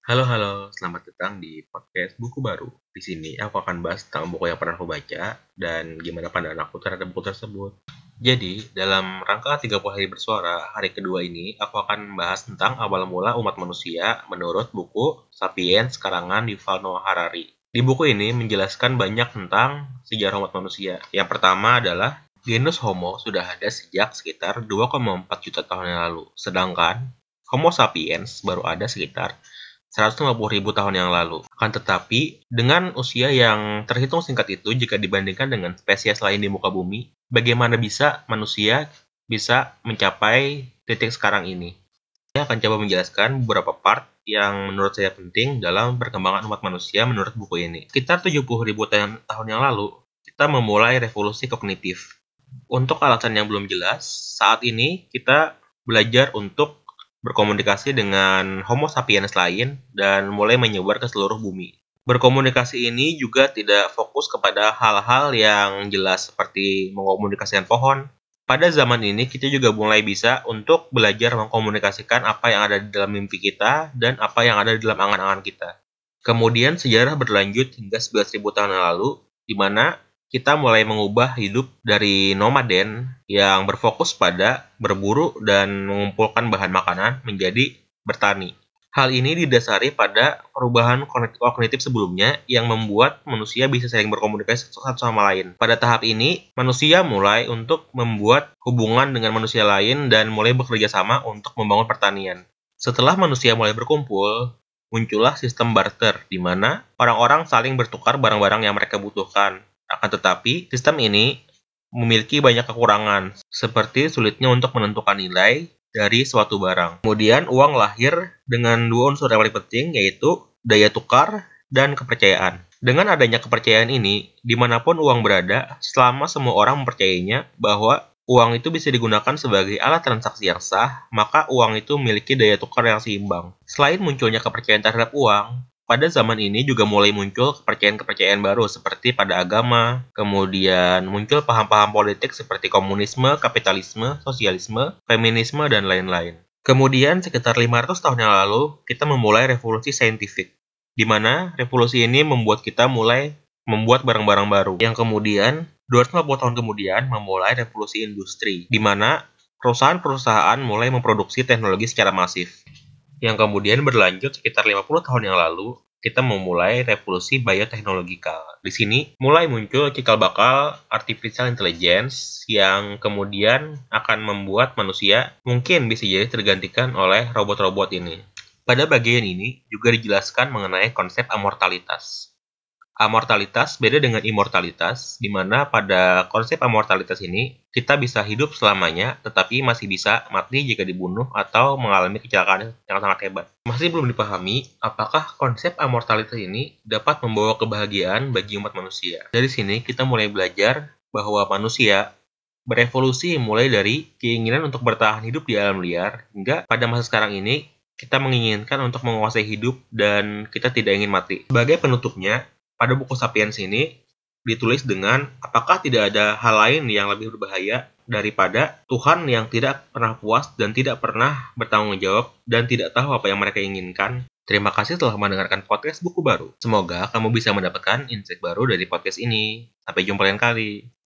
Halo, halo, selamat datang di podcast buku baru. Di sini aku akan bahas tentang buku yang pernah aku baca dan gimana pandangan aku terhadap buku tersebut. Jadi, dalam rangka 30 hari bersuara, hari kedua ini aku akan membahas tentang awal mula umat manusia menurut buku Sapiens karangan Yuval Noah Harari. Di buku ini menjelaskan banyak tentang sejarah umat manusia. Yang pertama adalah genus Homo sudah ada sejak sekitar 2,4 juta tahun yang lalu, sedangkan Homo sapiens baru ada sekitar 150.000 tahun yang lalu. Akan tetapi, dengan usia yang terhitung singkat itu jika dibandingkan dengan spesies lain di muka bumi, bagaimana bisa manusia bisa mencapai titik sekarang ini? Saya akan coba menjelaskan beberapa part yang menurut saya penting dalam perkembangan umat manusia menurut buku ini. Sekitar 70.000 tahun yang lalu, kita memulai revolusi kognitif. Untuk alasan yang belum jelas, saat ini kita belajar untuk berkomunikasi dengan Homo sapiens lain dan mulai menyebar ke seluruh bumi. Berkomunikasi ini juga tidak fokus kepada hal-hal yang jelas seperti mengkomunikasikan pohon. Pada zaman ini kita juga mulai bisa untuk belajar mengkomunikasikan apa yang ada di dalam mimpi kita dan apa yang ada di dalam angan-angan kita. Kemudian sejarah berlanjut hingga 11.000 tahun yang lalu, di mana kita mulai mengubah hidup dari nomaden yang berfokus pada berburu dan mengumpulkan bahan makanan menjadi bertani. Hal ini didasari pada perubahan kognitif sebelumnya yang membuat manusia bisa saling berkomunikasi satu sama lain. Pada tahap ini, manusia mulai untuk membuat hubungan dengan manusia lain dan mulai bekerja sama untuk membangun pertanian. Setelah manusia mulai berkumpul, muncullah sistem barter, di mana orang-orang saling bertukar barang-barang yang mereka butuhkan. Akan tetapi, sistem ini memiliki banyak kekurangan, seperti sulitnya untuk menentukan nilai dari suatu barang. Kemudian, uang lahir dengan dua unsur yang paling penting, yaitu daya tukar dan kepercayaan. Dengan adanya kepercayaan ini, dimanapun uang berada, selama semua orang mempercayainya bahwa uang itu bisa digunakan sebagai alat transaksi yang sah, maka uang itu memiliki daya tukar yang seimbang. Selain munculnya kepercayaan terhadap uang, pada zaman ini juga mulai muncul kepercayaan-kepercayaan baru seperti pada agama, kemudian muncul paham-paham politik seperti komunisme, kapitalisme, sosialisme, feminisme, dan lain-lain. Kemudian sekitar 500 tahun yang lalu, kita memulai revolusi saintifik, di mana revolusi ini membuat kita mulai membuat barang-barang baru, yang kemudian 250 tahun kemudian memulai revolusi industri, di mana perusahaan-perusahaan mulai memproduksi teknologi secara masif. Yang kemudian berlanjut sekitar 50 tahun yang lalu, kita memulai revolusi bioteknologikal. Di sini mulai muncul cikal bakal artificial intelligence yang kemudian akan membuat manusia mungkin bisa jadi tergantikan oleh robot-robot ini. Pada bagian ini juga dijelaskan mengenai konsep amortalitas. Amortalitas beda dengan immortalitas, di mana pada konsep amortalitas ini, kita bisa hidup selamanya, tetapi masih bisa mati jika dibunuh atau mengalami kecelakaan yang sangat hebat. Masih belum dipahami, apakah konsep amortalitas ini dapat membawa kebahagiaan bagi umat manusia. Dari sini, kita mulai belajar bahwa manusia berevolusi mulai dari keinginan untuk bertahan hidup di alam liar, hingga pada masa sekarang ini, kita menginginkan untuk menguasai hidup dan kita tidak ingin mati. Sebagai penutupnya, pada buku Sapiens ini ditulis dengan apakah tidak ada hal lain yang lebih berbahaya daripada Tuhan yang tidak pernah puas dan tidak pernah bertanggung jawab dan tidak tahu apa yang mereka inginkan. Terima kasih telah mendengarkan podcast buku baru. Semoga kamu bisa mendapatkan insight baru dari podcast ini. Sampai jumpa lain kali.